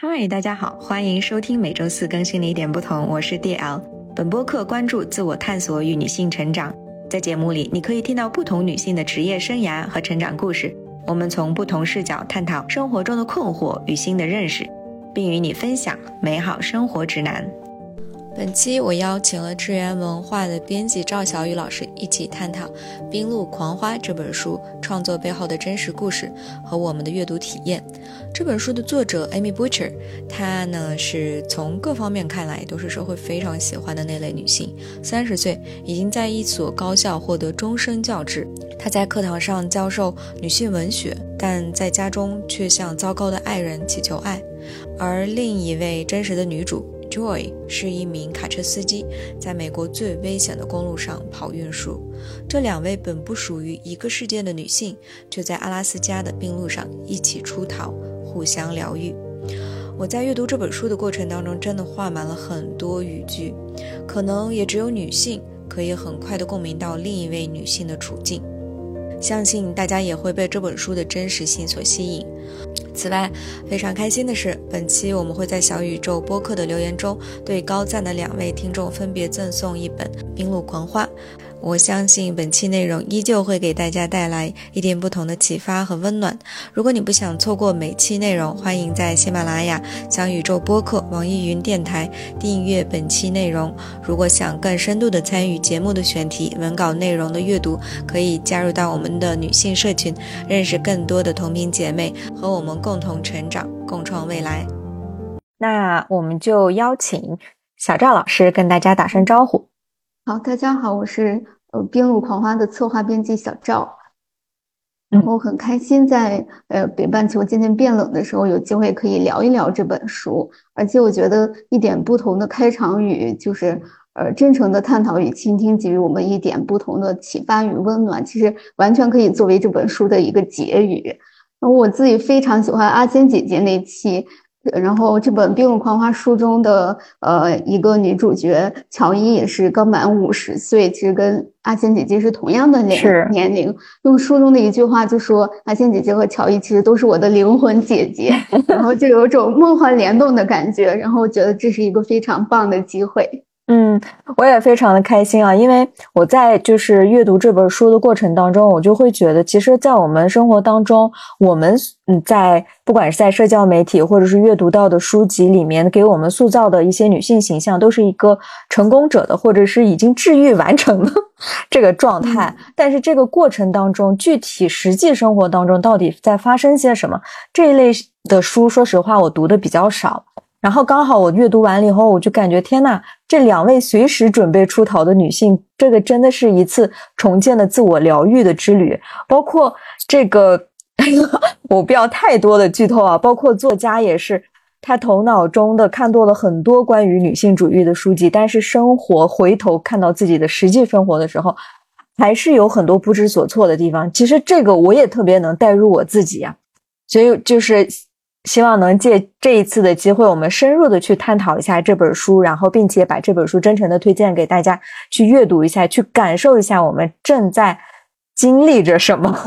嗨，大家好，欢迎收听每周四更新的一点不同，我是 DL。本播客关注自我探索与女性成长，在节目里你可以听到不同女性的职业生涯和成长故事，我们从不同视角探讨生活中的困惑与新的认识，并与你分享美好生活指南。本期我邀请了智源文化的编辑赵小雨老师一起探讨《冰露狂花》这本书创作背后的真实故事和我们的阅读体验。这本书的作者 Amy Butcher， 她呢是从各方面看来都是社会非常喜欢的那类女性，30岁已经在一所高校获得终身教职。她在课堂上教授女性文学，但在家中却向糟糕的爱人祈求爱。而另一位真实的女主Joy 是一名卡车司机，在美国最危险的公路上跑运输。这两位本不属于一个世界的女性，却在阿拉斯加的冰路上一起出逃，互相疗愈。我在阅读这本书的过程当中，真的画满了很多语句，可能也只有女性可以很快地共鸣到另一位女性的处境。相信大家也会被这本书的真实性所吸引。此外，非常开心的是，本期我们会在小宇宙播客的留言中，对高赞的2位听众分别赠送一本《冰露狂花》。我相信本期内容依旧会给大家带来一点不同的启发和温暖。如果你不想错过每期内容，欢迎在喜马拉雅、小宇宙播客、网易云电台订阅本期内容。如果想更深度的参与节目的选题、文稿内容的阅读，可以加入到我们的女性社群，认识更多的同频姐妹，和我们共同成长，共创未来。那我们就邀请小赵老师跟大家打声招呼。 好，大家好，我是冰露狂花的策划编辑小赵。然后很开心在北半球渐渐变冷的时候，有机会可以聊一聊这本书。而且我觉得一点不同的开场语就是真诚的探讨与倾听，给予我们一点不同的启发与温暖，其实完全可以作为这本书的一个结语。我自己非常喜欢阿仙姐姐那期，然后这本《冰露狂花》书中的一个女主角乔伊也是刚满50岁，其实跟阿仙姐姐是同样的年龄。用书中的一句话就说，阿仙姐姐和乔伊其实都是我的灵魂姐姐，然后就有种梦幻联动的感觉，然后觉得这是一个非常棒的机会。 我也非常的开心啊，因为我在就是阅读这本书的过程当中，我就会觉得其实在我们生活当中，我们在不管是在社交媒体或者是阅读到的书籍里面给我们塑造的一些女性形象，都是一个成功者的或者是已经治愈完成的这个状态。但是这个过程当中，具体实际生活当中到底在发生些什么，这一类的书说实话我读的比较少。然后刚好我阅读完了以后，我就感觉天哪，这2位随时准备出逃的女性，这个真的是一次重建的自我疗愈的之旅。包括这个我不要太多的剧透啊，包括作家也是，他头脑中的看多了很多关于女性主义的书籍，但是生活回头看到自己的实际生活的时候，还是有很多不知所措的地方。其实这个我也特别能带入我自己啊，所以就是希望能借这一次的机会，我们深入的去探讨一下这本书，然后并且把这本书真诚的推荐给大家去阅读一下，去感受一下我们正在经历着什么。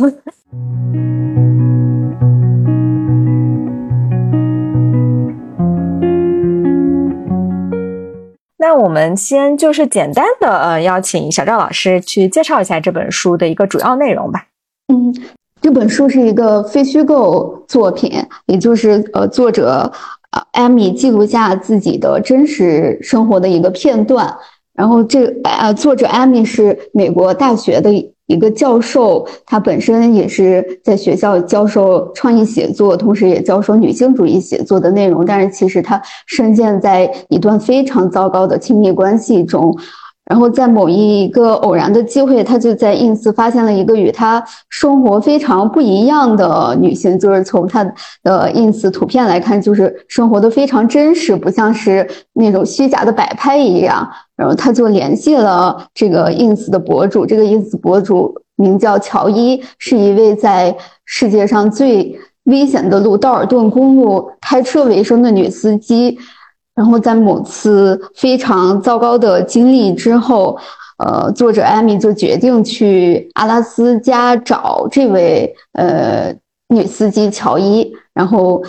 那我们先就是简单的邀请小赵老师去介绍一下这本书的一个主要内容吧。 这本书是一个非虚构作品，也就是作者Amy 记录下自己的真实生活的一个片段。然后作者 Amy 是美国大学的一个教授，他本身也是在学校教授创意写作，同时也教授女性主义写作的内容，但是其实他深陷在一段非常糟糕的亲密关系中。然后在某一个偶然的机会，他就在 ins 发现了一个与他生活非常不一样的女性，就是从他的 ins 图片来看，就是生活的非常真实，不像是那种虚假的摆拍一样。然后他就联系了这个 ins 的博主，这个 ins 博主名叫乔伊，是一位在世界上最危险的路道尔顿公路开车为生的女司机。然后在某次非常糟糕的经历之后，作者艾米就决定去阿拉斯加找这位女司机乔伊，然后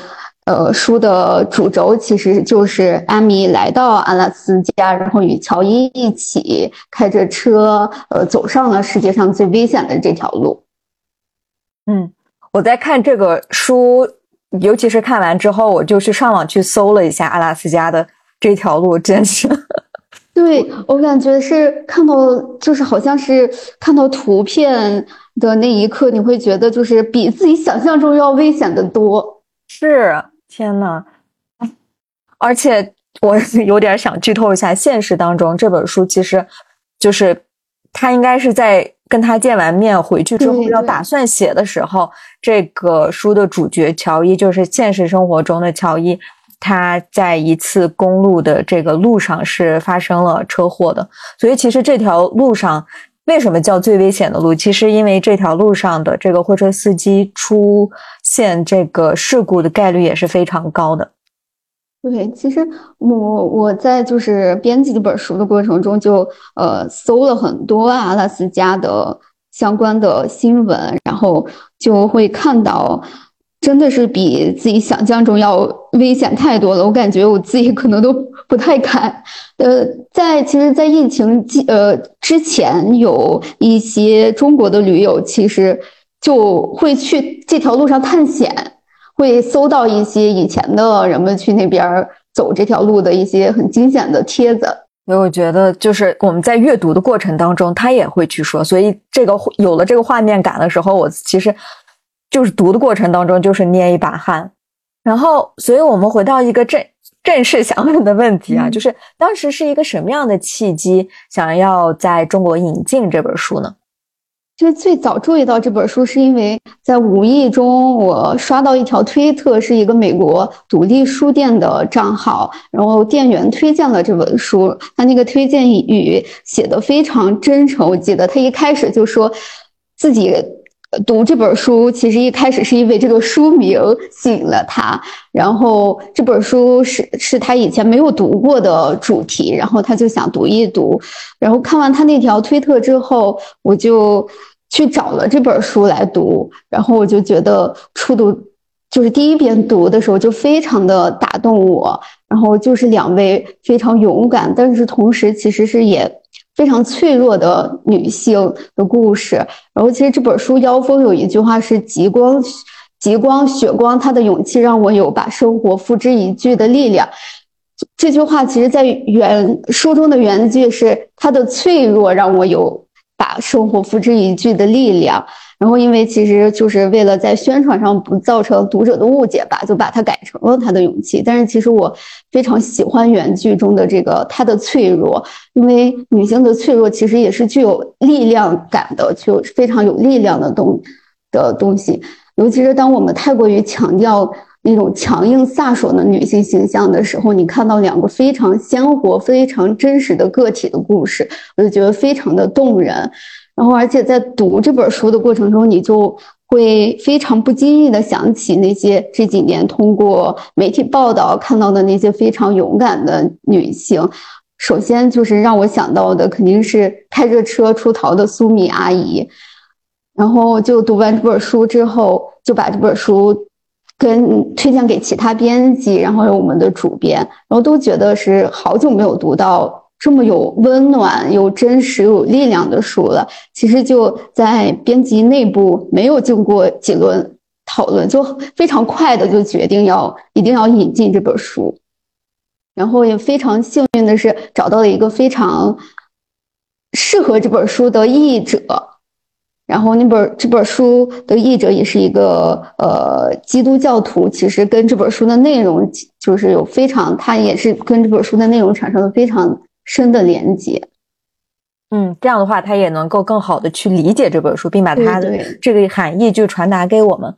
书的主轴其实就是艾米来到阿拉斯加，然后与乔伊一起开着车，走上了世界上最危险的这条路。 我在看这个书，尤其是看完之后，我就去上网去搜了一下阿拉斯加的这条路，真是。 对，我感觉是看到，就是好像是看到图片的那一刻，你会觉得就是比自己想象中要危险的多。 是，天哪！而且我有点想剧透一下，现实当中这本书其实就是他应该是在跟他见完面回去之后要打算写的时候，这个书的主角乔伊，就是现实生活中的乔伊，他在一次公路的这个路上是发生了车祸的。所以其实这条路上为什么叫最危险的路，其实因为这条路上的这个货车司机出现这个事故的概率也是非常高的。 对，其实我在就是编辑这本书的过程中就搜了很多阿拉斯加的相关的新闻，然后就会看到真的是比自己想象中要危险太多了。我感觉我自己可能都不太敢。其实在疫情之前，有一些中国的驴友其实就会去这条路上探险。会搜到一些以前的人们去那边走这条路的一些很惊险的帖子。 所以我觉得就是我们在阅读的过程当中他也会去说，所以这个有了这个画面感的时候，我其实就是读的过程当中就是捏一把汗。然后所以我们回到一个正式想问的问题啊，就是当时是一个什么样的契机想要在中国引进这本书呢？ 就是最早注意到这本书是因为在无意中我刷到一条推特，是一个美国独立书店的账号，然后店员推荐了这本书，他那个推荐语写得非常真诚。我记得他一开始就说自己读这本书其实一开始是因为这个书名吸引了他，然后这本书是他以前没有读过的主题，然后他就想读一读。然后看完他那条推特之后，我就去找了这本书来读，然后我就觉得初读就是第一遍读的时候就非常的打动我，然后就是两位非常勇敢，但是同时其实是也非常脆弱的女性的故事。然后其实这本书腰封有一句话是极光血光，她的勇气让我有把生活付之一炬的力量。这句话其实在书中的原句是她的脆弱让我有把生活付之一炬的力量。然后因为其实就是为了在宣传上不造成读者的误解吧，就把它改成了她的勇气。但是其实我非常喜欢原句中的这个她的脆弱，因为女性的脆弱其实也是具有力量感的，就非常有力量的东西。尤其是当我们太过于强调那种强硬飒爽的女性形象的时候，你看到两个非常鲜活非常真实的个体的故事，我就觉得非常的动人。然后而且在读这本书的过程中，你就会非常不经意的想起那些这几年通过媒体报道看到的那些非常勇敢的女性。首先就是让我想到的肯定是开着车出逃的苏米阿姨。然后就读完这本书之后，就把这本书推荐给其他编辑，然后有我们的主编，然后都觉得是好久没有读到这么有温暖又真实有力量的书了。其实就在编辑内部没有经过几轮讨论，就非常快的就决定一定要引进这本书。然后也非常幸运的是找到了一个非常适合这本书的译者，然后这本书的译者也是一个基督教徒，其实跟这本书的内容就是他也是跟这本书的内容产生了非常深的连接。 这样的话他也能够更好的去理解这本书，并把它的这个含义就传达给我们。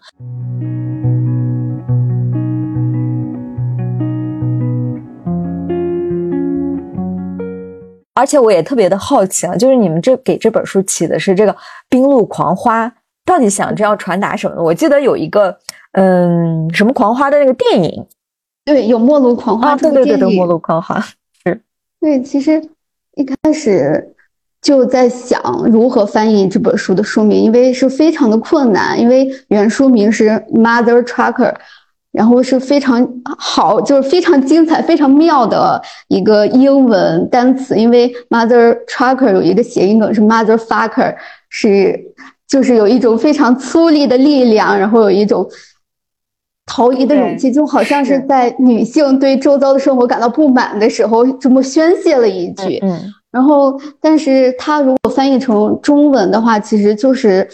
而且我也特别的好奇啊，就是你们给这本书起的是这个冰露狂花，到底想这样传达什么呢？我记得有一个什么狂花的那个电影， 对，有末路狂花这个电影。 对，末路狂花是。 对，其实一开始就在想如何翻译这本书的书名，因为是非常的困难，因为原书名是 Mother Trucker， 然后是非常好，就是非常精彩、非常妙的一个英文单词。因为 mother trucker 有一个谐音梗是 mother fucker， 就是有一种非常粗粝的力量，然后有一种逃逸的勇气，就好像是在女性对周遭的生活感到不满的时候这么宣泄了一句。然后但是它如果翻译成中文的话，其实就是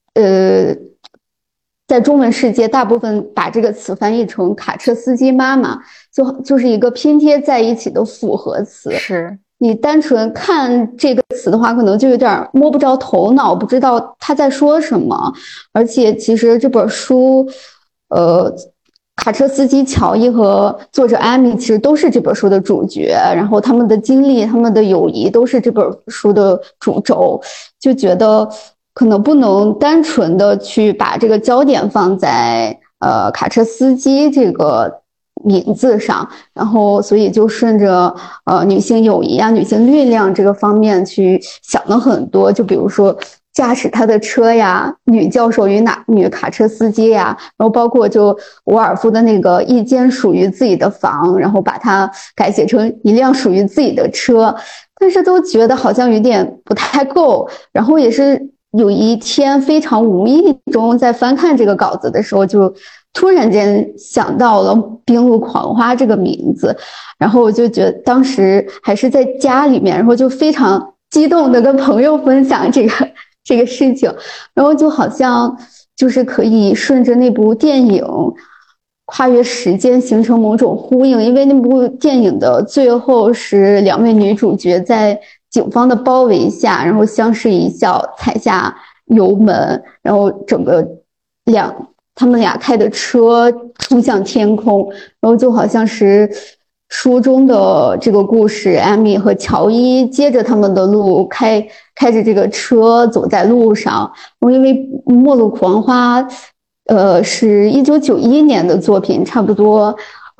在中文世界大部分把这个词翻译成卡车司机妈妈，就是一个拼贴在一起的复合词。 是你单纯看这个词的话，可能就有点摸不着头脑，不知道他在说什么。而且其实这本书卡车司机乔伊和作者艾米其实都是这本书的主角，然后他们的经历、他们的友谊都是这本书的主轴，就觉得可能不能单纯的去把这个焦点放在卡车司机这个名字上，然后所以就顺着女性友谊啊、女性力量这个方面去想了很多，就比如说驾驶他的车呀，女教授与女卡车司机呀，然后包括就沃尔夫的那个一间属于自己的房，然后把它改写成一辆属于自己的车，但是都觉得好像有点不太够。然后也是有一天非常无意中在翻看这个稿子的时候，就突然间想到了冰露狂花这个名字，然后我就觉得当时还是在家里面，然后就非常激动的跟朋友分享这个事情，然后就好像就是可以顺着那部电影跨越时间形成某种呼应。因为那部电影的最后是两位女主角在警方的包围下，然后相视一笑，踩下油门，然后整个他们俩开的车冲向天空，然后就好像是书中的这个故事，艾米和乔伊接着他们的路，开着这个车走在路上。因为《末路狂花》是1991年的作品，差不多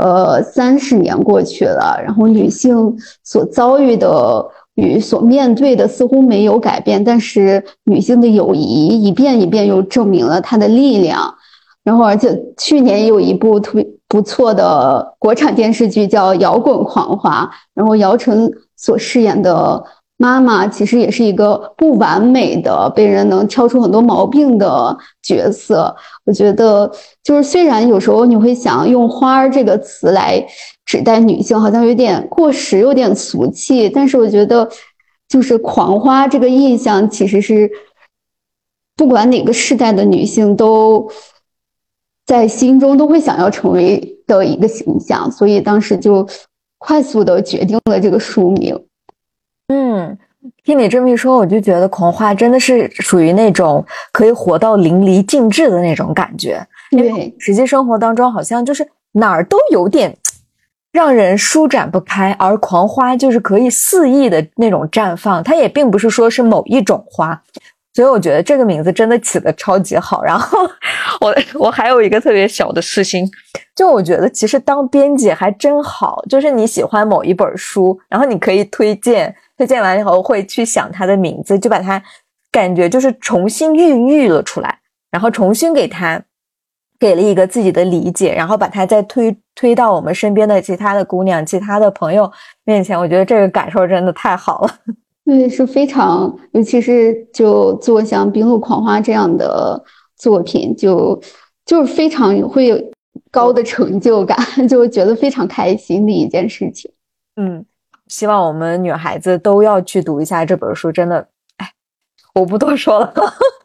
30年过去了，然后女性所遭遇的与所面对的似乎没有改变，但是女性的友谊一遍一遍又证明了她的力量。然后而且去年有一部特别不错的国产电视剧叫《摇滚狂花》，然后姚晨所饰演的妈妈其实也是一个不完美的、被人能挑出很多毛病的角色。我觉得就是虽然有时候你会想用花这个词来指代女性好像有点过时，有点俗气，但是我觉得就是狂花这个印象其实是不管哪个世代的女性都在心中都会想要成为的一个形象，所以当时就快速的决定了这个书名。 听你这么一说，我就觉得狂花真的是属于那种可以活到淋漓尽致的那种感觉。 对， 实际生活当中好像就是哪儿都有点让人舒展不开，而狂花就是可以肆意的那种绽放，它也并不是说是某一种花。所以我觉得这个名字真的起得超级好。然后我还有一个特别小的私心，就我觉得其实当编辑还真好，就是你喜欢某一本书，然后你可以推荐完以后会去想它的名字，就把它感觉就是重新孕育了出来，然后重新给了一个自己的理解，然后把它再推到我们身边的其他的姑娘、其他的朋友面前，我觉得这个感受真的太好了。 对，是非常，尤其是就做像《冰露狂花》这样的作品，就是非常会有高的成就感，就觉得非常开心的一件事情。 希望我们女孩子都要去读一下这本书，真的，我不多说了。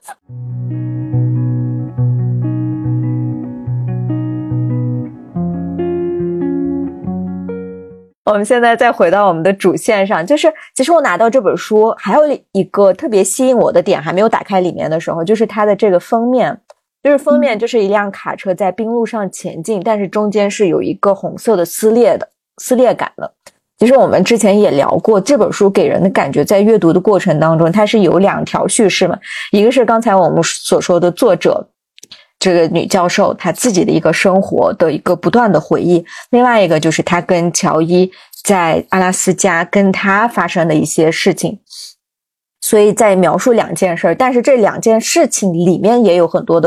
我们现在再回到我们的主线上，就是其实我拿到这本书还有一个特别吸引我的点，还没有打开里面的时候，就是它的这个封面，就是一辆卡车在冰路上前进，但是中间是有一个红色的撕裂感的。其实我们之前也聊过，这本书给人的感觉在阅读的过程当中，它是有两条叙事嘛，一个是刚才我们所说的作者这个女教授她自己的一个生活的一个不断的回忆，另外一个就是她跟乔伊在阿拉斯加跟她发生的一些事情。所以在描述两件事，但是这两件事情里面也有很多的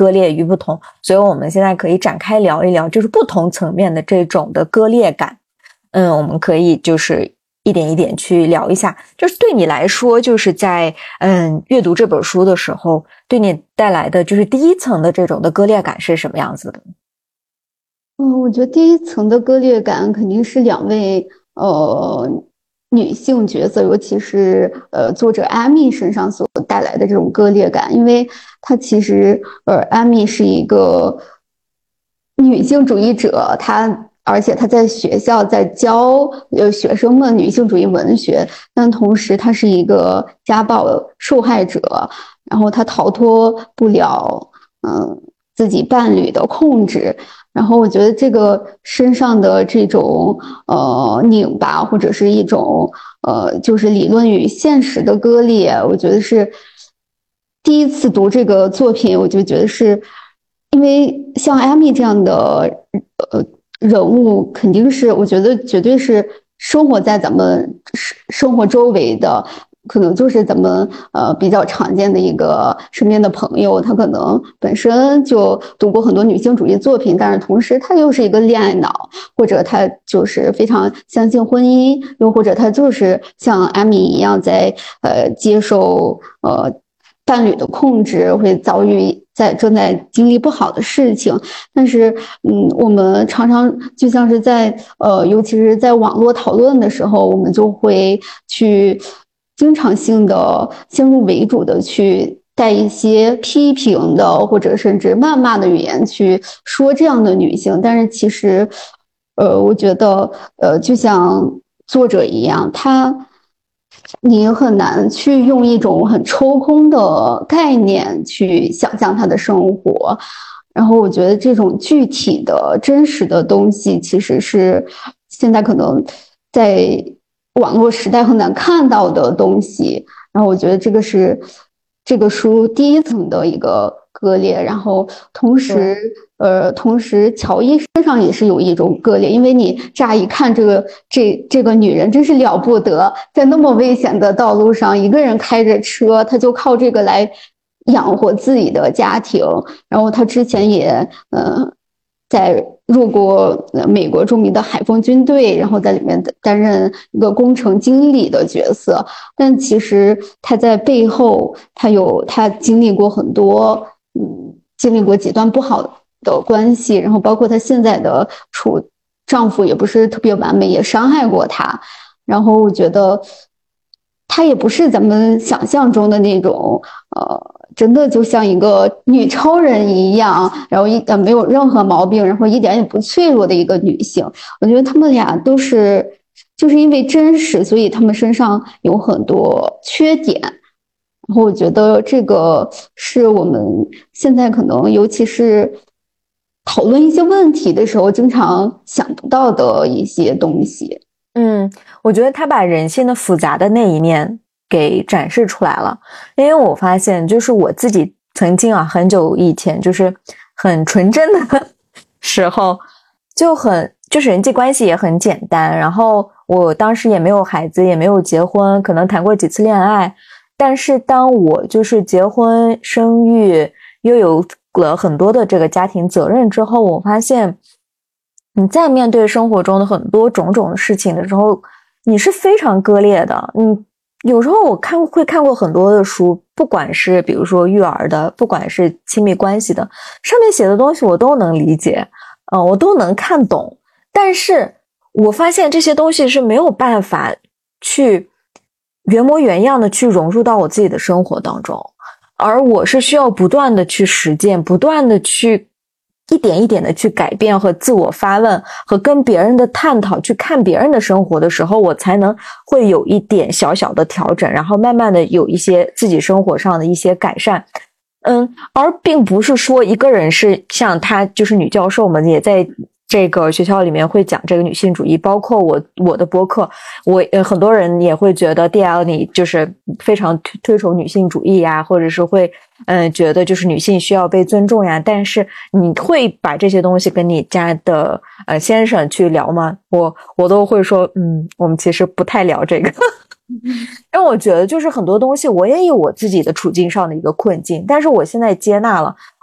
割裂与不同，所以我们现在可以展开聊一聊，就是不同层面的这种的割裂感。我们可以就是一点一点去聊一下，就是对你来说，就是在阅读这本书的时候，对你带来的就是第一层的这种的割裂感是什么样子的？ 我觉得第一层的割裂感肯定是两位女性角色，尤其是作者艾米身上所带来的这种割裂感，因为她其实艾米是一个女性主义者，而且她在学校在教学生们女性主义文学，但同时她是一个家暴受害者，然后她逃脱不了自己伴侣的控制。然后我觉得这个身上的这种拧巴，或者是一种就是理论与现实的割裂，我觉得是第一次读这个作品，我就觉得是因为像艾米这样的人物，肯定是我觉得绝对是生活在咱们生活周围的。可能就是咱们比较常见的一个身边的朋友，他可能本身就读过很多女性主义作品，但是同时他又是一个恋爱脑，或者他就是非常相信婚姻，又或者他就是像艾米一样在接受伴侣的控制，会遭遇正在经历不好的事情。但是我们常常就像是在尤其是在网络讨论的时候，我们就会去经常性的先入为主的去带一些批评的或者甚至谩骂的语言去说这样的女性，但是其实我觉得就像作者一样，你很难去用一种很抽空的概念去想象她的生活，然后我觉得这种具体的真实的东西其实是现在可能在网络时代很难看到的东西，然后我觉得这个是这个书第一层的一个割裂，然后同时乔伊身上也是有一种割裂，因为你乍一看这个女人真是了不得，在那么危险的道路上一个人开着车，她就靠这个来养活自己的家庭，然后她之前也入过美国著名的海风军队，然后在里面担任一个工程经理的角色。但其实他在背后，他经历过很多，经历过几段不好的关系，然后包括他现在的丈夫也不是特别完美，也伤害过他。然后我觉得她也不是咱们想象中的那种真的就像一个女超人一样，然后没有任何毛病，然后一点也不脆弱的一个女性。我觉得他们俩都是就是因为真实，所以他们身上有很多缺点。然后我觉得这个是我们现在可能尤其是讨论一些问题的时候经常想不到的一些东西。 我觉得他把人性的复杂的那一面给展示出来了。因为我发现就是我自己曾经很久以前就是很纯真的时候，就是人际关系也很简单，然后我当时也没有孩子，也没有结婚，可能谈过几次恋爱。但是当我就是结婚生育，又有了很多的这个家庭责任之后，我发现你在面对生活中的很多种种的事情的时候，你是非常割裂的。有时候我会看过很多的书，不管是比如说育儿的，不管是亲密关系的，上面写的东西我都能理解，我都能看懂。但是我发现这些东西是没有办法去原模原样的去融入到我自己的生活当中，而我是需要不断的去实践，不断的去一点一点的去改变和自我发问和跟别人的探讨，去看别人的生活的时候，我才能会有一点小小的调整，然后慢慢的有一些自己生活上的一些改善。而并不是说一个人是像他就是女教授们也在这个学校里面会讲这个女性主义，包括我的播客，很多人也会觉得 DL 你就是非常推崇女性主义呀，或者是会觉得就是女性需要被尊重呀，但是你会把这些东西跟你家的先生去聊吗？我都会说我们其实不太聊这个因为我觉得就是很多东西我也有我自己的处境上的一个困境，但是我现在接纳了，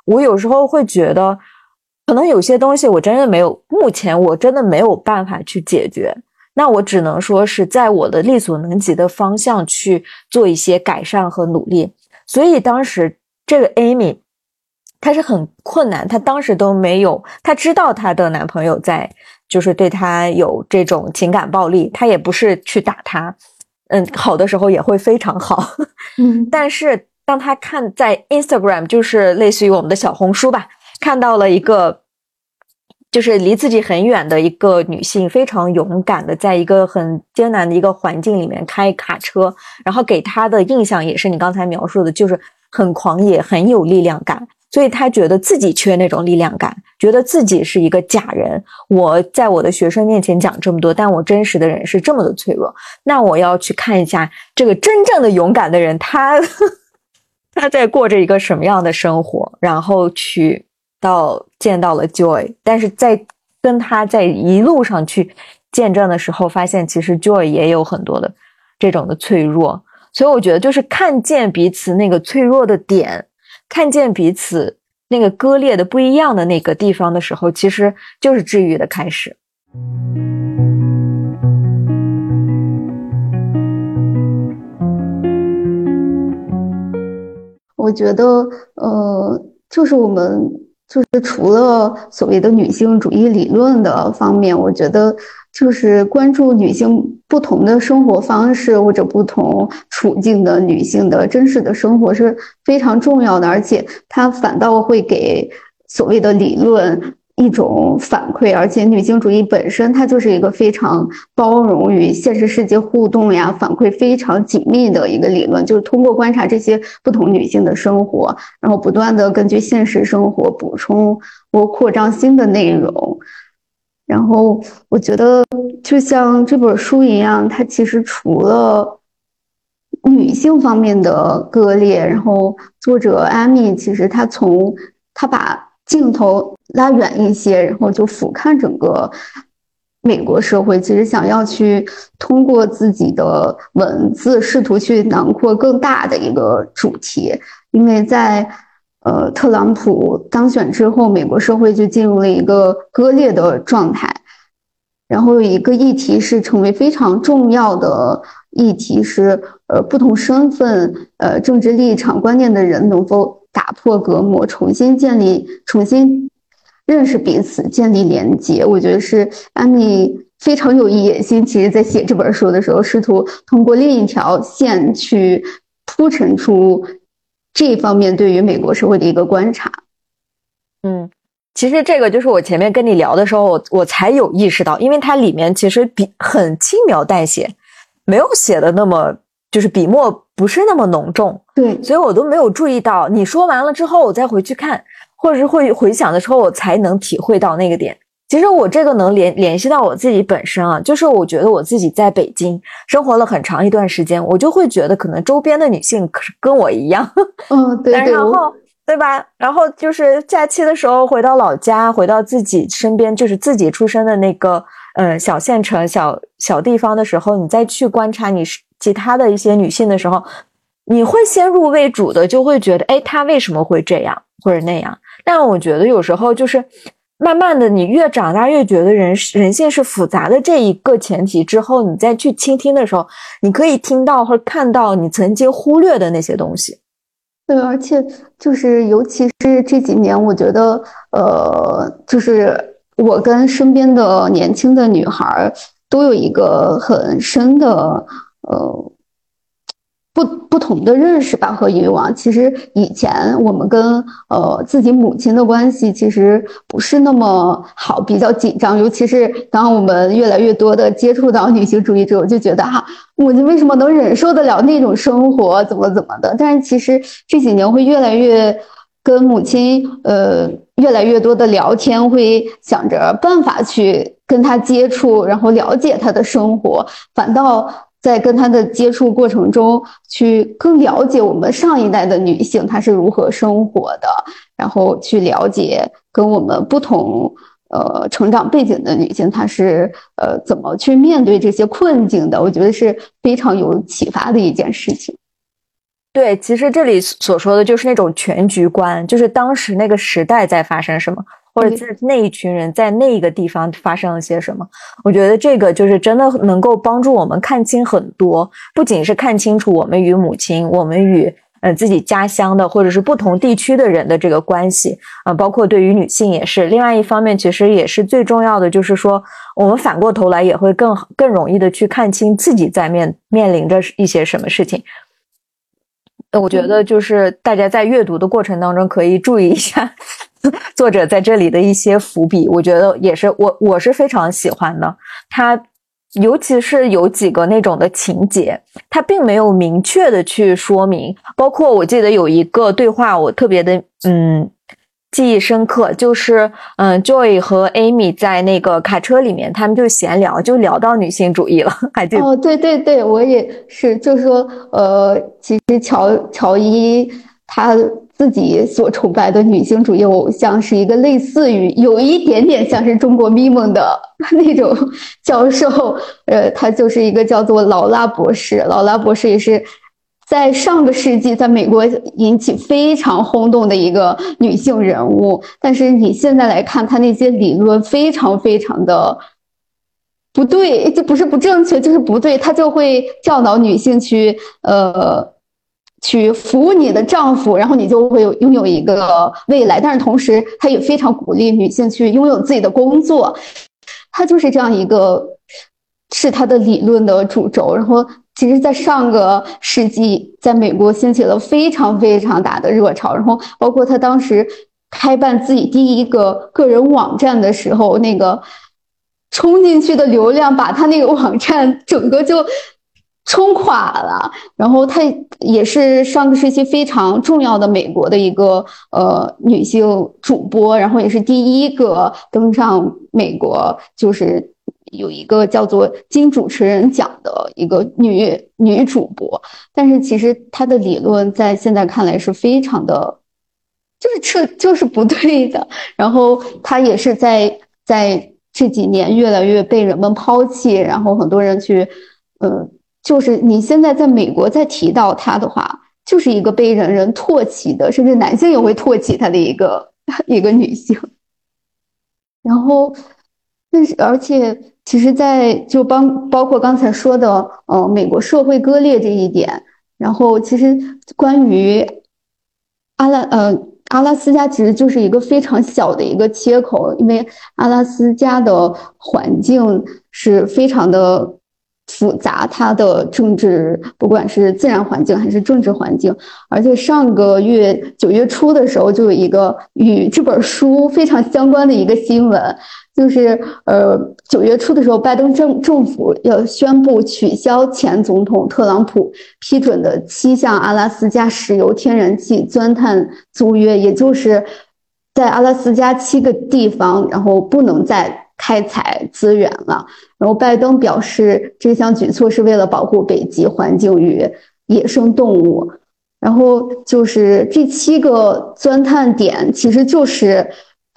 我有时候会觉得可能有些东西我真的没有，目前我真的没有办法去解决，那我只能说是在我的力所能及的方向去做一些改善和努力。所以当时这个 Amy 她是很困难，她当时都没有，她知道她的男朋友在就是对她有这种情感暴力，她也不是去打他，好的时候也会非常好，但是当她看在 Instagram 就是类似于我们的小红书吧，看到了一个就是离自己很远的一个女性非常勇敢的在一个很艰难的一个环境里面开卡车，然后给她的印象也是你刚才描述的，就是很狂野很有力量感，所以她觉得自己缺那种力量感，觉得自己是一个假人，我在我的学生面前讲这么多，但我真实的人是这么的脆弱，那我要去看一下这个真正的勇敢的人他在过着一个什么样的生活，然后去见到了 Joy， 但是在跟他在一路上去见证的时候，发现其实 Joy 也有很多的这种的脆弱，所以我觉得就是看见彼此那个脆弱的点，看见彼此那个割裂的不一样的那个地方的时候，其实就是治愈的开始。 我觉得就是我们就是除了所谓的女性主义理论的方面，我觉得就是关注女性不同的生活方式或者不同处境的女性的真实的生活是非常重要的，而且它反倒会给所谓的理论一种反馈，而且女性主义本身它就是一个非常包容与现实世界互动呀，反馈非常紧密的一个理论，就是通过观察这些不同女性的生活，然后不断的根据现实生活补充或扩张新的内容。然后我觉得就像这本书一样，它其实除了女性方面的割裂，然后作者艾米其实她把镜头拉远一些，然后就俯瞰整个美国社会，其实想要去通过自己的文字试图去囊括更大的一个主题。因为在特朗普当选之后，美国社会就进入了一个割裂的状态，然后有一个议题是成为非常重要的议题是不同身份政治立场观念的人能否打破隔膜，重新认识彼此，建立连结。我觉得是安妮非常有野心，其实在写这本书的时候试图通过另一条线去铺陈出这一方面对于美国社会的一个观察。 其实这个就是我前面跟你聊的时候我才有意识到，因为它里面其实很轻描淡写，没有写的那么就是笔墨不是那么浓重， 对， 所以我都没有注意到，你说完了之后我再回去看，或者是会回想的时候我才能体会到那个点。其实我这个能联系到我自己本身啊，就是我觉得我自己在北京生活了很长一段时间，我就会觉得可能周边的女性可是跟我一样， 对， 然后对吧？然后就是假期的时候回到老家，回到自己身边，就是自己出生的那个小县城、小地方的时候，你再去观察你其他的一些女性的时候，你会先入为主的就会觉得，哎，她为什么会这样或者那样？但我觉得有时候就是慢慢的，你越长大越觉得人性是复杂的这一个前提之后，你再去倾听的时候，你可以听到或者看到你曾经忽略的那些东西。 对，而且就是尤其是这几年，我觉得就是我跟身边的年轻的女孩都有一个很深的不同的认识吧和以往。其实以前我们跟自己母亲的关系其实不是那么好，比较紧张，尤其是当我们越来越多的接触到女性主义者，我就觉得母亲为什么能忍受得了那种生活，怎么的。但是其实这几年会越来越跟母亲越来越多的聊天，会想着办法去跟她接触，然后了解她的生活，反倒在跟她的接触过程中去更了解我们上一代的女性她是如何生活的，然后去了解跟我们不同成长背景的女性她是怎么去面对这些困境的。我觉得是非常有启发的一件事情。 对，其实这里所说的就是那种全局观，就是当时那个时代在发生什么，或者在那一群人在那一个地方发生了些什么。我觉得这个就是真的能够帮助我们看清很多，不仅是看清楚我们与母亲，我们与自己家乡的或者是不同地区的人的这个关系，包括对于女性也是。另外一方面，其实也是最重要的，就是说我们反过头来也会更容易的去看清自己在面临着一些什么事情。我觉得就是大家在阅读的过程当中可以注意一下作者在这里的一些伏笔，我觉得也是我是非常喜欢的。他尤其是有几个那种的情节，他并没有明确的去说明，包括我记得有一个对话我特别的记忆深刻，就是Joy 和 Amy 在那个卡车里面，他们就闲聊，就聊到女性主义了，还记得？ 哦，对对对，我也是，就是说，其实乔伊他自己所崇拜的女性主义偶像是一个类似于有一点点像是中国咪蒙的那种教授，他就是一个叫做劳拉博士，劳拉博士也是在上个世纪在美国引起非常轰动的一个女性人物，但是你现在来看，她那些理论非常非常的不对，就不是不正确，就是不对，她就会教导女性去服务你的丈夫，然后你就会拥有一个未来，但是同时她也非常鼓励女性去拥有自己的工作，她就是这样一个是她的理论的主轴，然后其实在上个世纪在美国兴起了非常非常大的热潮，然后包括他当时开办自己第一个个人网站的时候，那个冲进去的流量把他那个网站整个就冲垮了，然后他也是上个世纪非常重要的美国的一个女性主播，然后也是第一个登上美国就是有一个叫做金主持人奖的一个女主播，但是其实她的理论在现在看来是非常的，就是不对的。然后她也是在这几年越来越被人们抛弃，然后很多人去，就是你现在在美国再提到她的话，就是一个被人人唾弃的，甚至男性也会唾弃她的一个女性。然后，但是而且其实就包括刚才说的，美国社会割裂这一点，然后其实关于阿拉斯加其实就是一个非常小的一个切口，因为阿拉斯加的环境是非常的复杂，它的政治不管是自然环境还是政治环境，而且上个月9月初的时候就有一个与这本书非常相关的一个新闻，就是9月初的时候，拜登政府要宣布取消前总统特朗普批准的7项阿拉斯加石油天然气钻探租约，也就是在阿拉斯加7个地方，然后不能再开采资源了。然后拜登表示，这项举措是为了保护北极环境与野生动物。然后就是这7个钻探点，其实就是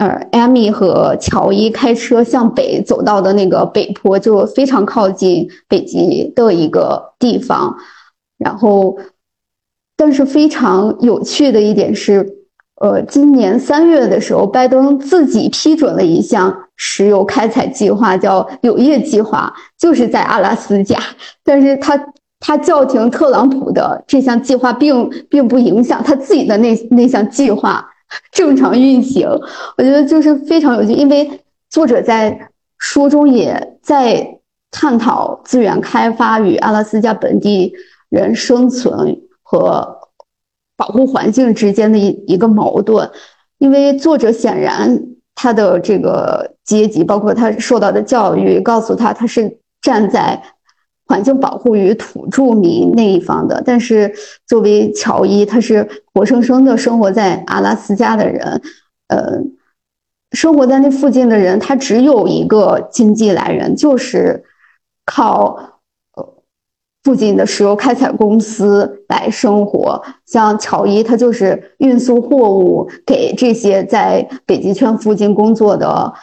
Amy 和乔伊开车向北走到的那个北坡，就非常靠近北极的一个地方。然后，但是非常有趣的一点是，今年3月的时候，拜登自己批准了一项石油开采计划，叫柳叶计划，就是在阿拉斯加。但是他叫停特朗普的这项计划并不影响他自己的那项计划正常运行。我觉得就是非常有趣，因为作者在书中也在探讨资源开发与阿拉斯加本地人生存和保护环境之间的一个矛盾。因为作者显然他的这个阶级，包括他受到的教育，告诉他是站在环境保护与土著民那一方的，但是作为乔伊，他是活生生的生活在阿拉斯加的人，生活在那附近的人，他只有一个经济来源，就是靠附近的石油开采公司来生活。像乔伊，他就是运输货物给这些在北极圈附近工作的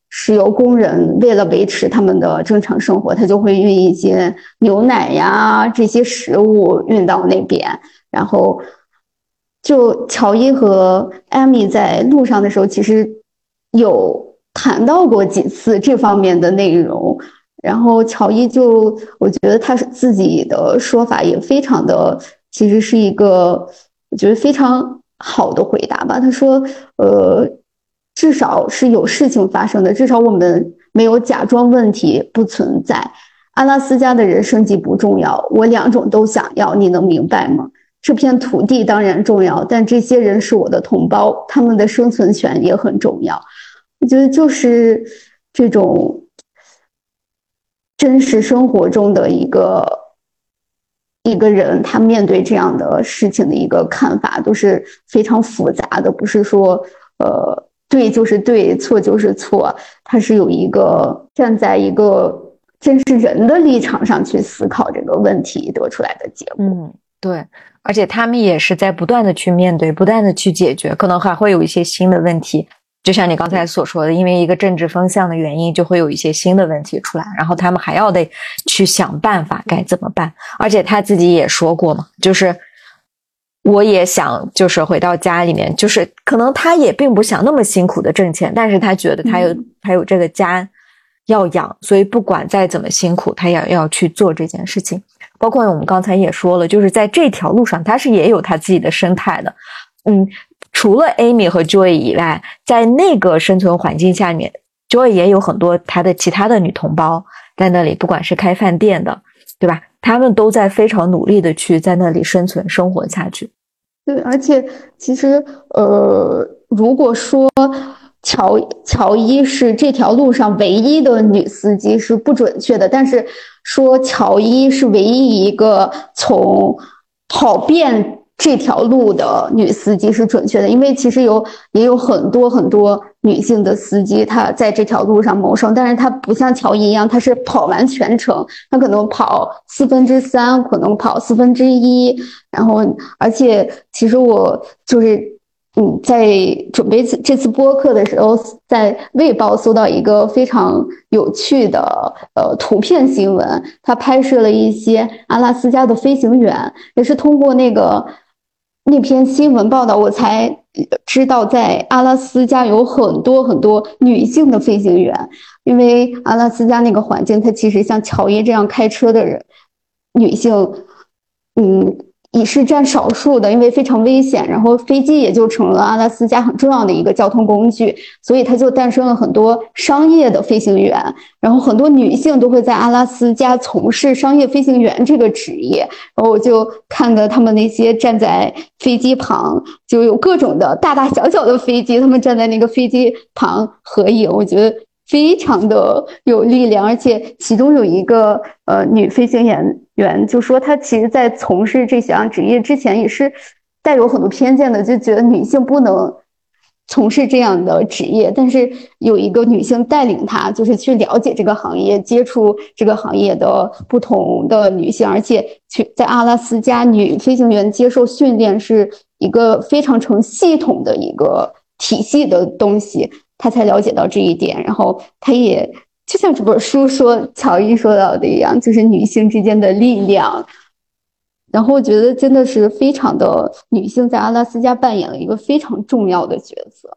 石油工人为了维持他们的正常生活，他就会运一些牛奶呀这些食物运到那边。然后就乔伊和艾米在路上的时候，其实有谈到过几次这方面的内容。然后乔伊我觉得他自己的说法也非常的，其实是一个我觉得非常好的回答吧。他说至少是有事情发生的，至少我们没有假装问题不存在。阿拉斯加的人升级不重要，我两种都想要，你能明白吗？这片土地当然重要，但这些人是我的同胞，他们的生存权也很重要。我觉得就是这种真实生活中的一个人，他面对这样的事情的一个看法都是非常复杂的，不是说对就是对，错就是错，他是有一个站在一个真是人的立场上去思考这个问题得出来的结果。 对，而且他们也是在不断的去面对，不断的去解决，可能还会有一些新的问题。就像你刚才所说的，因为一个政治风向的原因，就会有一些新的问题出来，然后他们还要得去想办法该怎么办。而且他自己也说过嘛，就是我也想就是回到家里面，就是可能他也并不想那么辛苦的挣钱，但是他觉得他有这个家要养，所以不管再怎么辛苦，他也要去做这件事情。包括我们刚才也说了，就是在这条路上他是也有他自己的生态的。除了 Amy 和 Joy 以外，在那个生存环境下面 Joy 也有很多他的其他的女同胞在那里，不管是开饭店的，对吧？他们都在非常努力的去在那里生存生活下去。 对，而且其实如果说乔伊是这条路上唯一的女司机是不准确的，但是说乔伊是唯一一个从跑遍这条路的女司机是准确的，因为其实也有很多很多女性的司机，她在这条路上谋生，但是她不像乔伊一样，她是跑完全程，她可能跑3/4，可能跑1/4，然后而且其实我就是在准备这次播客的时候，在卫报搜到一个非常有趣的图片新闻，他拍摄了一些阿拉斯加的飞行员，也是通过那篇新闻报道，我才知道在阿拉斯加有很多很多女性的飞行员，因为阿拉斯加那个环境，它其实像乔伊这样开车的人，女性，也是占少数的，因为非常危险，然后飞机也就成了阿拉斯加很重要的一个交通工具，所以它就诞生了很多商业的飞行员，然后很多女性都会在阿拉斯加从事商业飞行员这个职业。然后我就看到他们那些站在飞机旁，就有各种的大大小小的飞机，他们站在那个飞机旁合影，我觉得非常的有力量。而且其中有一个女飞行员就说，她其实在从事这项职业之前也是带有很多偏见的，就觉得女性不能从事这样的职业，但是有一个女性带领她，就是去了解这个行业，接触这个行业的不同的女性，而且在阿拉斯加女飞行员接受训练是一个非常成系统的一个体系的东西，她才了解到这一点。然后她也就像这本书说乔伊说到的一样，就是女性之间的力量。然后我觉得真的是非常的，女性在阿拉斯加扮演了一个非常重要的角色。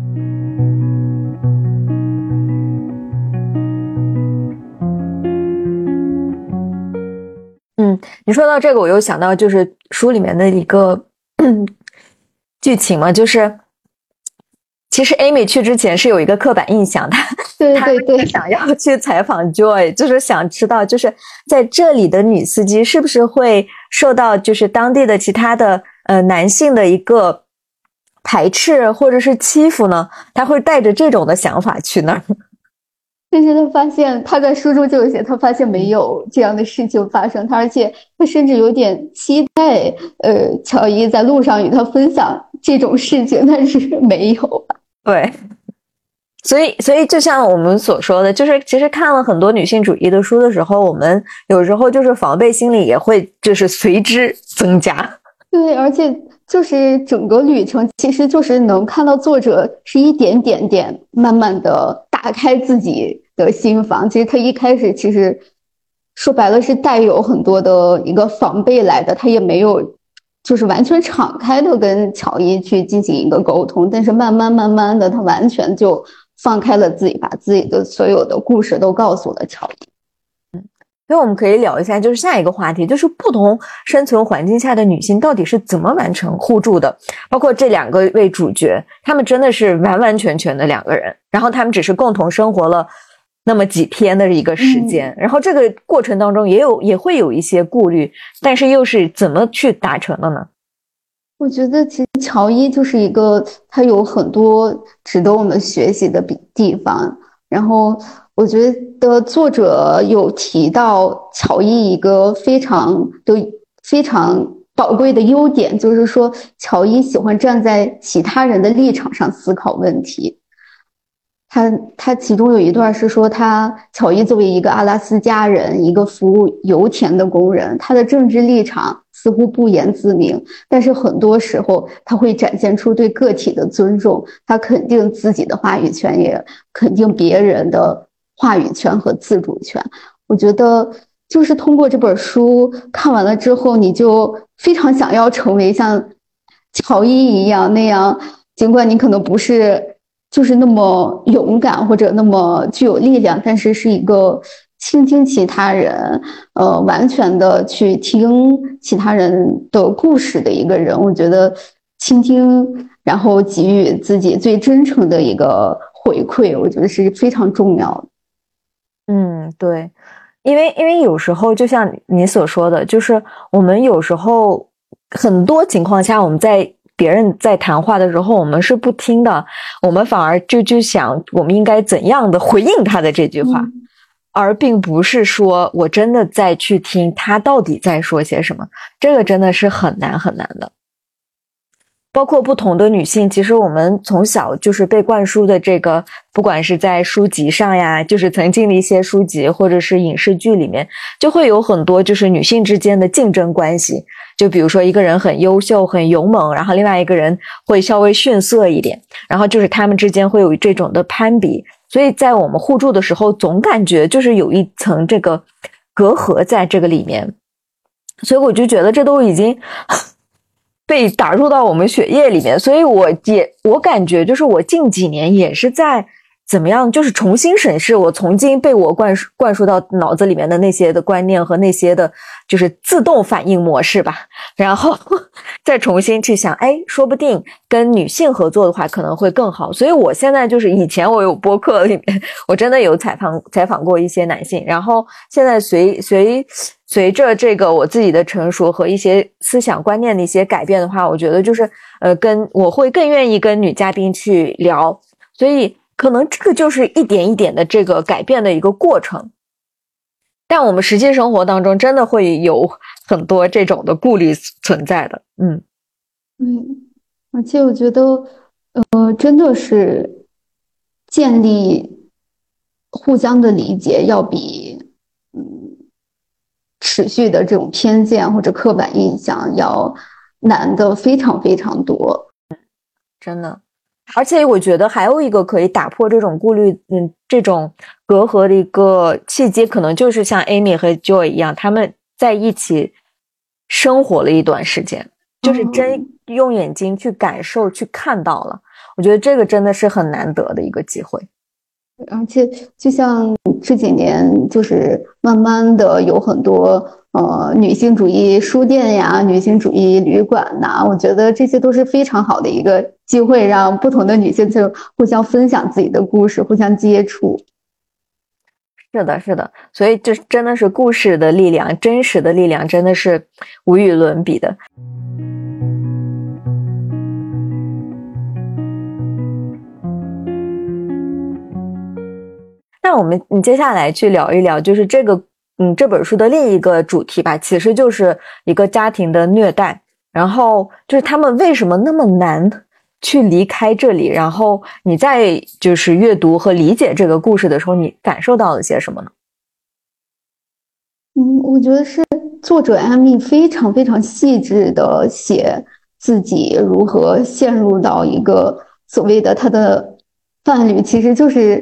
你说到这个，我又想到就是书里面的一个剧情嘛，就是其实 Amy 去之前是有一个刻板印象，她想要去采访 Joy， 就是想知道就是在这里的女司机是不是会受到就是当地的其他的男性的一个排斥或者是欺负呢？他会带着这种的想法去那儿。 但是他发现，他在书中就有写，他发现没有这样的事情发生，而且他甚至有点期待乔伊在路上与他分享这种事情，但是没有。 对，所以就像我们所说的，就是其实看了很多女性主义的书的时候，我们有时候就是防备心理也会就是随之增加。 对，而且就是整个旅程其实就是能看到作者是一点点慢慢的打打开自己的心房。其实他一开始其实说白了是带有很多的一个防备来的，他也没有就是完全敞开的跟乔伊去进行一个沟通，但是慢慢的他完全就放开了自己，把自己的所有的故事都告诉了乔伊。 所以我们可以聊一下，就是下一个话题，就是不同生存环境下的女性到底是怎么完成互助的。包括这2位主角，她们真的是完完全全的2个人，然后她们只是共同生活了那么几天的一个时间，然后这个过程当中也会有一些顾虑，但是又是怎么去达成的呢？ 我觉得其实乔伊就是一个，他有很多值得我们学习的地方，然后我觉得作者有提到乔伊一个非常宝贵的优点，就是说乔伊喜欢站在其他人的立场上思考问题。他其中有一段是说，乔伊作为一个阿拉斯加人，一个服务油田的工人，他的政治立场似乎不言自明，但是很多时候他会展现出对个体的尊重，他肯定自己的话语权，也肯定别人的话语权和自主权。我觉得就是通过这本书看完了之后，你就非常想要成为像乔伊一样那样，尽管你可能不是就是那么勇敢或者那么具有力量，但是是一个倾听其他人，完全的去听其他人的故事的一个人。我觉得倾听，然后给予自己最真诚的一个回馈，我觉得是非常重要的。 对，因为有时候就像你所说的，就是我们有时候很多情况下，我们在别人在谈话的时候，我们是不听的，我们反而就想我们应该怎样的回应他的这句话，而并不是说我真的在去听他到底在说些什么，这个真的是很难很难的。包括不同的女性，其实我们从小就是被灌输的这个，不管是在书籍上呀，就是曾经的一些书籍或者是影视剧里面，就会有很多就是女性之间的竞争关系。就比如说一个人很优秀很勇猛，然后另外一个人会稍微逊色一点，然后就是他们之间会有这种的攀比，所以在我们互助的时候总感觉就是有一层这个隔阂在这个里面，所以我就觉得这都已经被打入到我们血液里面。所以我感觉就是我近几年也是在怎么样，就是重新审视我曾经被我灌输到脑子里面的那些的观念和那些的就是自动反应模式吧，然后再重新去想，说不定跟女性合作的话可能会更好。所以我现在就是以前我有播客里面我真的有采访过一些男性，然后现在随着这个我自己的成熟和一些思想观念的一些改变的话，我觉得就是我会更愿意跟女嘉宾去聊，所以可能这个就是一点一点的这个改变的一个过程。但我们实际生活当中真的会有很多这种的顾虑存在的。 而且我觉得真的是建立互相的理解要比持续的这种偏见或者刻板印象要难的非常非常多。 真的。而且我觉得还有一个可以打破这种顾虑这种隔阂的一个契机，可能就是像 Amy 和 Joy 一样，他们在一起生活了一段时间，就是真用眼睛去感受去看到了，我觉得这个真的是很难得的一个机会。 而且就像这几年就是慢慢的有很多女性主义书店呀，女性主义旅馆呐，我觉得这些都是非常好的一个机会，让不同的女性就互相分享自己的故事，互相接触。 是的，是的，所以这真的是故事的力量，真实的力量真的是无与伦比的。那我们接下来去聊一聊，就是这本书的另一个主题吧，其实就是一个家庭的虐待，然后就是他们为什么那么难去离开这里，然后你在就是阅读和理解这个故事的时候，你感受到了些什么呢？ 我觉得是作者艾米非常非常细致的写自己如何陷入到一个所谓的他的伴侣其实就是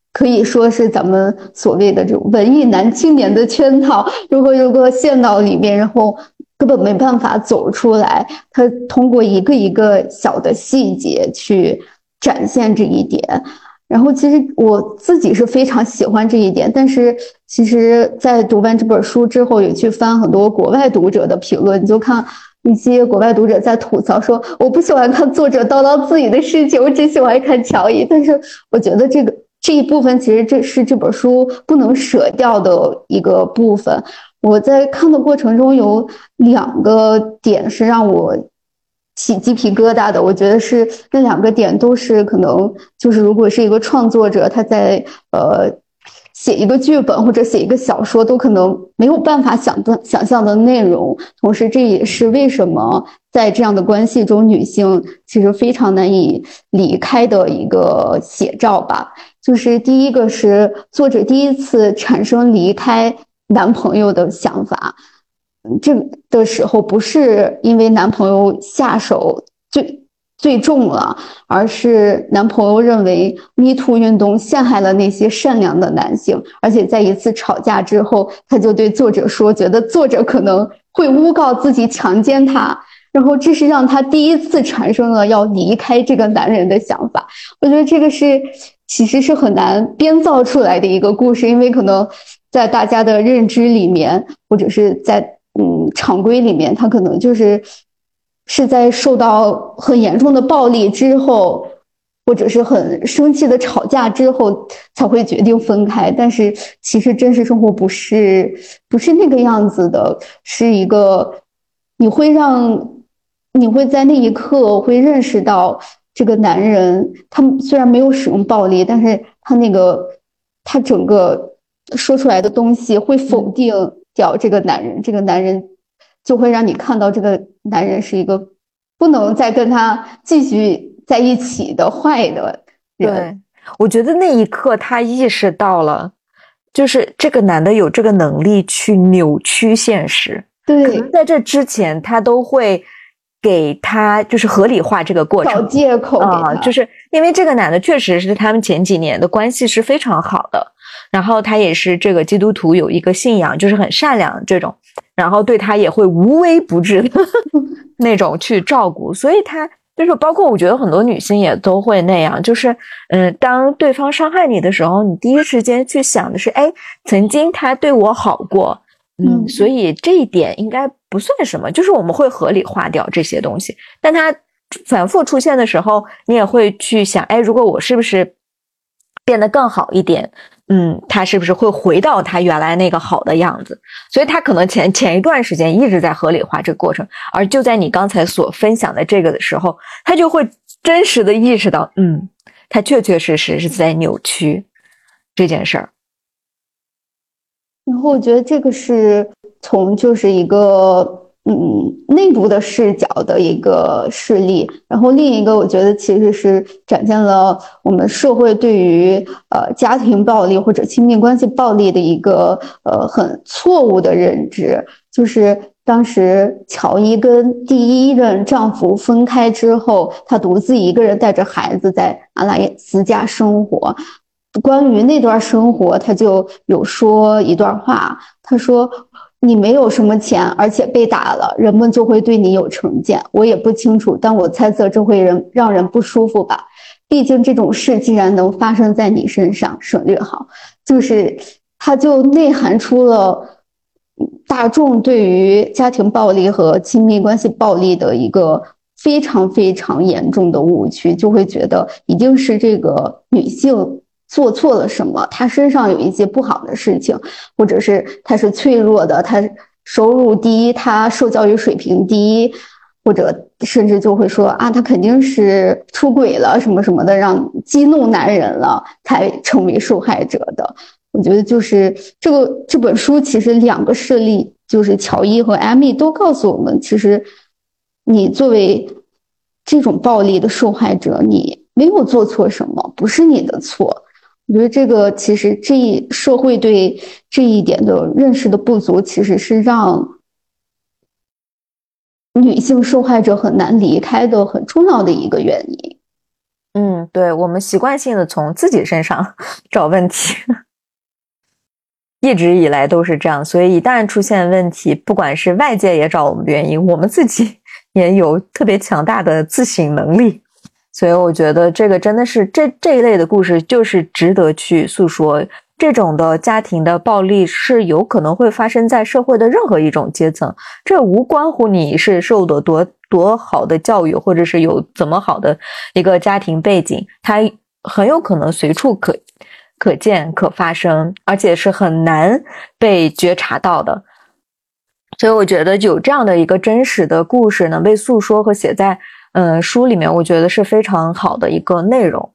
可以说是咱们所谓的这种文艺男青年的圈套，如果陷到里面，然后根本没办法走出来。他通过一个一个小的细节去展现这一点，然后其实我自己是非常喜欢这一点，但是其实在读完这本书之后，也去翻很多国外读者的评论，你就看一些国外读者在吐槽说，我不喜欢看作者叨叨自己的事情，我只喜欢看乔伊。但是我觉得这一部分其实这是这本书不能舍掉的一个部分。我在看的过程中有2个点是让我起鸡皮疙瘩的，我觉得是那2个点都是可能就是如果是一个创作者他在写一个剧本或者写一个小说都可能没有办法想象的内容，同时这也是为什么在这样的关系中女性其实非常难以离开的一个写照吧。就是第一个是作者第一次产生离开男朋友的想法，这的时候不是因为男朋友下手最重了，而是男朋友认为 Me Too 运动陷害了那些善良的男性，而且在一次吵架之后，他就对作者说，觉得作者可能会诬告自己强奸他，然后这是让他第一次产生了要离开这个男人的想法。我觉得这个其实是很难编造出来的一个故事，因为可能在大家的认知里面，或者是在常规里面，他可能是在受到很严重的暴力之后，或者是很生气的吵架之后才会决定分开。但是其实真实生活不是那个样子的，是一个你会在那一刻会认识到这个男人，他虽然没有使用暴力，但是他整个说出来的东西会否定掉这个男人，这个男人就会让你看到这个男人是一个不能再跟他继续在一起的坏的人。 对，我觉得那一刻他意识到了，就是这个男的有这个能力去扭曲现实。 对， 可能在这之前他都会给他就是合理化这个过程， 找借口给他， 就是因为这个男的确实是他们前几年的关系是非常好的，然后他也是这个基督徒，有一个信仰，就是很善良这种，然后对他也会无微不至的那种去照顾，所以他就是包括我觉得很多女性也都会那样，就是当对方伤害你的时候，你第一时间去想的是，哎，曾经他对我好过。所以这一点应该不算什么，就是我们会合理化掉这些东西，但它反复出现的时候，你也会去想，哎，如果我是不是变得更好一点，他是不是会回到他原来那个好的样子？所以他可能前一段时间一直在合理化这个过程，而就在你刚才所分享的这个的时候，他就会真实的意识到，他确确实实是在扭曲这件事儿。 然后我觉得这个是从就是一个内部的视角的一个事例，然后另一个我觉得其实是展现了我们社会对于家庭暴力或者亲密关系暴力的一个很错误的认知，就是当时乔伊跟第一任丈夫分开之后，她独自一个人带着孩子在阿拉斯加生活。关于那段生活，他就有说一段话，他说，你没有什么钱，而且被打了，人们就会对你有成见，我也不清楚，但我猜测这会让人不舒服吧，毕竟这种事既然能发生在你身上，省略号，就是它就内涵出了大众对于家庭暴力和亲密关系暴力的一个非常非常严重的误区，就会觉得一定是这个女性做错了什么，她身上有一些不好的事情，或者是她是脆弱的，她收入低，她受教育水平低，或者甚至就会说啊，她肯定是出轨了什么什么的，让激怒男人了才成为受害者的。我觉得就是这本书其实2个事例，就是乔伊和艾米都告诉我们，其实你作为这种暴力的受害者，你没有做错什么，不是你的错。我觉得这个其实社会对这一点的认识的不足，其实是让女性受害者很难离开的很重要的一个原因。 对，我们习惯性的从自己身上找问题，一直以来都是这样，所以一旦出现问题，不管是外界也找我们的原因，我们自己也有特别强大的自省能力。所以我觉得这个真的是这一类的故事就是值得去诉说。这种的家庭的暴力是有可能会发生在社会的任何一种阶层，这无关乎你是受的多好的教育，或者是有怎么好的一个家庭背景，它很有可能随处可见可发生，而且是很难被觉察到的。所以我觉得有这样的一个真实的故事能被诉说和写在书里面，我觉得是非常好的一个内容。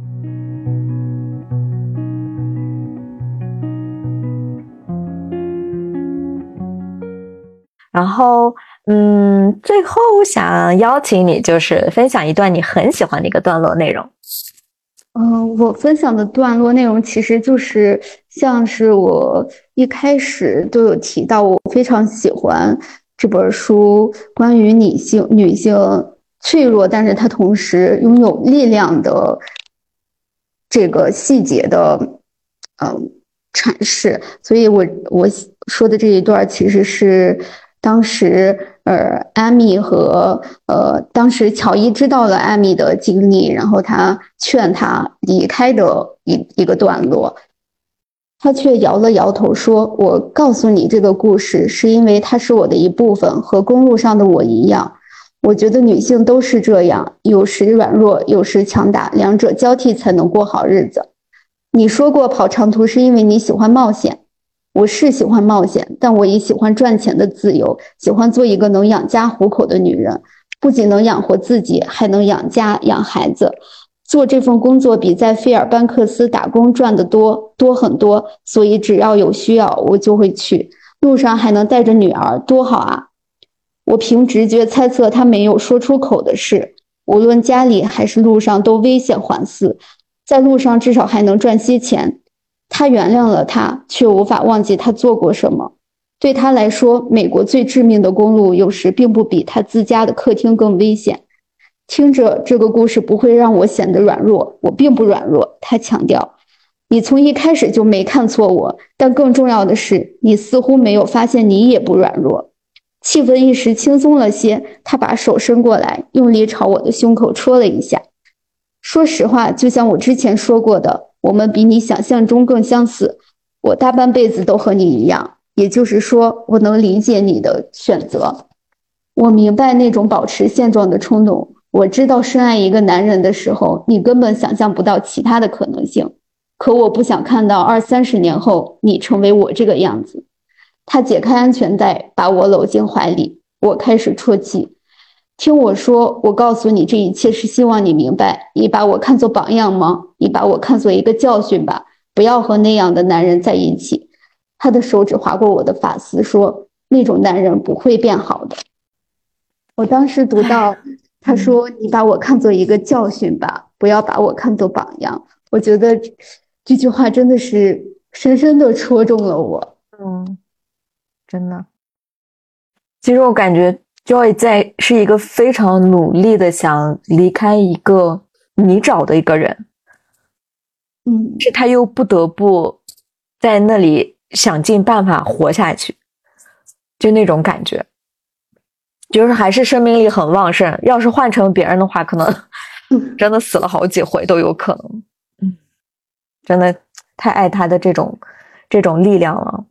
然后最后想邀请你就是分享一段你很喜欢的一个段落内容。 我分享的段落内容其实就是像是我一开始都有提到，我非常喜欢这本书关于女性脆弱，但是她同时拥有力量的这个细节的阐释。所以我说的这一段其实是当时艾米和当时乔伊知道了艾米的经历，然后他劝她离开的一个段落。他却摇了摇头说，我告诉你这个故事是因为它是我的一部分，和公路上的我一样。我觉得女性都是这样，有时软弱，有时强大，两者交替才能过好日子。你说过跑长途是因为你喜欢冒险，我是喜欢冒险，但我也喜欢赚钱的自由，喜欢做一个能养家糊口的女人，不仅能养活自己，还能养家养孩子。做这份工作比在费尔班克斯打工赚得多很多，所以只要有需要我就会去，路上还能带着女儿，多好啊。我凭直觉猜测他没有说出口的事，无论家里还是路上都危险环伺，在路上至少还能赚些钱。他原谅了他，却无法忘记他做过什么。对他来说，美国最致命的公路有时并不比他自家的客厅更危险。听着这个故事不会让我显得软弱，我并不软弱，他强调。你从一开始就没看错我，但更重要的是，你似乎没有发现你也不软弱。气氛一时轻松了些，他把手伸过来，用力朝我的胸口戳了一下。说实话，就像我之前说过的，我们比你想象中更相似。我大半辈子都和你一样，也就是说，我能理解你的选择。我明白那种保持现状的冲动。我知道深爱一个男人的时候，你根本想象不到其他的可能性。可我不想看到20-30年后你成为我这个样子。他解开安全带，把我搂进怀里。我开始啜泣。听我说，我告诉你这一切是希望你明白，你把我看作榜样吗？你把我看作一个教训吧，不要和那样的男人在一起。他的手指划过我的发丝，说，那种男人不会变好的。我当时读到他说，你把我看作一个教训吧，不要把我看作榜样。我觉得这句话真的是深深地戳中了我。 真的。其实我感觉 Joy 是一个非常努力的想离开一个泥沼的一个人，是他又不得不在那里想尽办法活下去，就那种感觉，就是还是生命力很旺盛。要是换成别人的话，可能真的死了好几回都有可能。真的太爱他的这种力量了。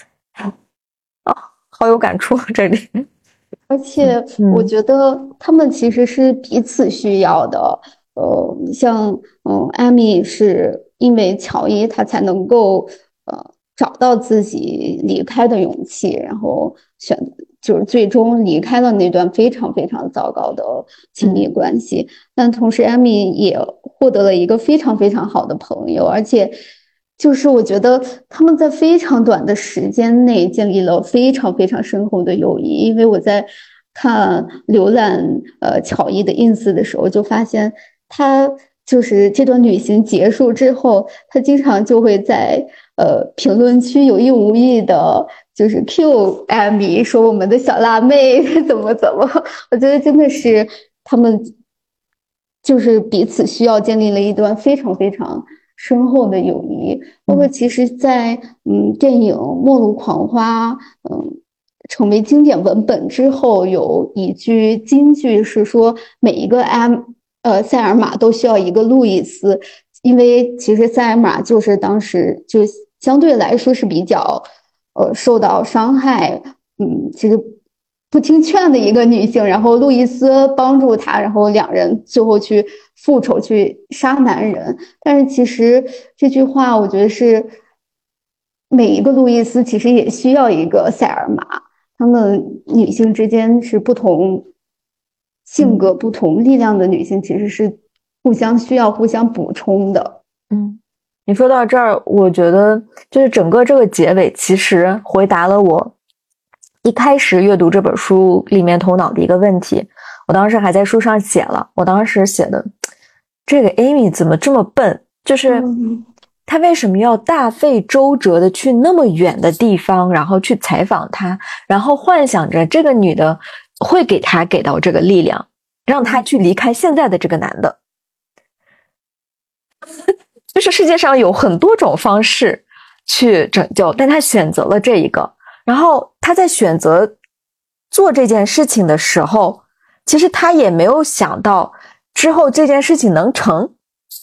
好有感触这里。 而且我觉得他们其实是彼此需要的。像艾米是因为乔伊他才能够找到自己离开的勇气，然后就是最终离开了那段非常非常糟糕的亲密关系。但同时艾米也获得了一个非常非常好的朋友，而且就是我觉得他们在非常短的时间内建立了非常非常深厚的友谊。因为我在浏览乔伊的 ins 的时候，就发现他就是这段旅行结束之后，他经常就会在评论区有意无意的就是 cue 艾米，说我们的小辣妹怎么。我觉得真的是他们就是彼此需要，建立了一段非常非常深厚的友谊。包括其实在电影《末路狂花》成为经典文本之后，有一句金句是说，每一个塞尔玛都需要一个路易斯，因为其实塞尔玛就是当时就相对来说是比较受到伤害，其实不听劝的一个女性，然后路易斯帮助她，然后两人最后去复仇，去杀男人。但是其实这句话我觉得是每一个路易斯其实也需要一个塞尔玛，她们女性之间是不同性格、不同力量的女性，其实是互相需要、互相补充的。 你说到这儿，我觉得就是整个这个结尾其实回答了我一开始阅读这本书里面头脑的一个问题。我当时还在书上写了，我当时写的这个 Amy 怎么这么笨，就是她为什么要大费周折的去那么远的地方，然后去采访她，然后幻想着这个女的会给她给到这个力量，让她去离开现在的这个男的。就是世界上有很多种方式去拯救，但他选择了这一个。然后他在选择做这件事情的时候，其实他也没有想到之后这件事情能成。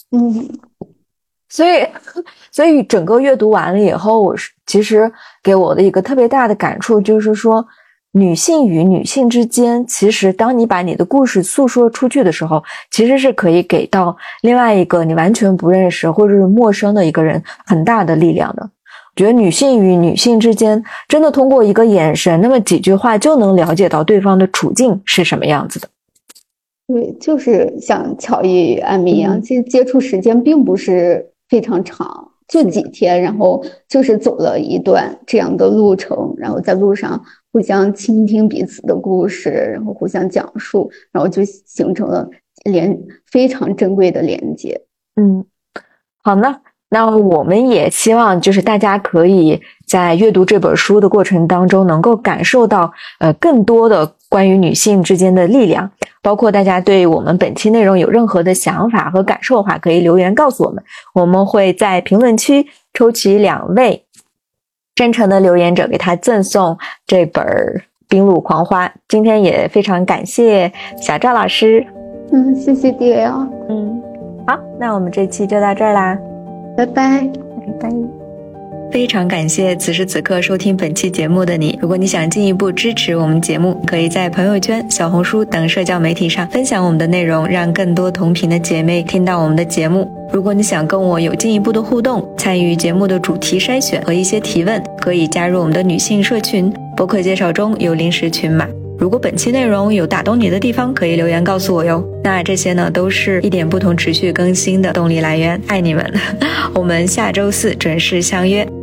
所以整个阅读完了以后，其实给我的一个特别大的感触就是说，女性与女性之间，其实当你把你的故事诉说出去的时候，其实是可以给到另外一个你完全不认识或者是陌生的一个人很大的力量的。我觉得女性与女性之间真的通过一个眼神，那么几句话就能了解到对方的处境是什么样子的。 对，就是像乔伊与艾米一样，其实接触时间并不是非常长，就几天，然后就是走了一段这样的路程，然后在路上互相倾听彼此的故事，然后互相讲述，然后就形成了非常珍贵的连接。 好呢，那我们也希望就是大家可以在阅读这本书的过程当中能够感受到更多的关于女性之间的力量，包括大家对我们本期内容有任何的想法和感受的话，可以留言告诉我们，我们会在评论区抽取2位真诚的留言者，给他赠送这本《冰露狂花》。今天也非常感谢小赵老师。 谢谢 DL。 好，那我们这期就到这儿啦， 拜拜。 拜拜。非常感谢此时此刻收听本期节目的你。如果你想进一步支持我们节目，可以在朋友圈、小红书等社交媒体上分享我们的内容，让更多同频的姐妹听到我们的节目。如果你想跟我有进一步的互动，参与节目的主题筛选和一些提问，可以加入我们的女性社群，播客介绍中有临时群码。如果本期内容有打动你的地方，可以留言告诉我哟。那这些呢，都是一点不同持续更新的动力来源。爱你们，我们下周4准时相约。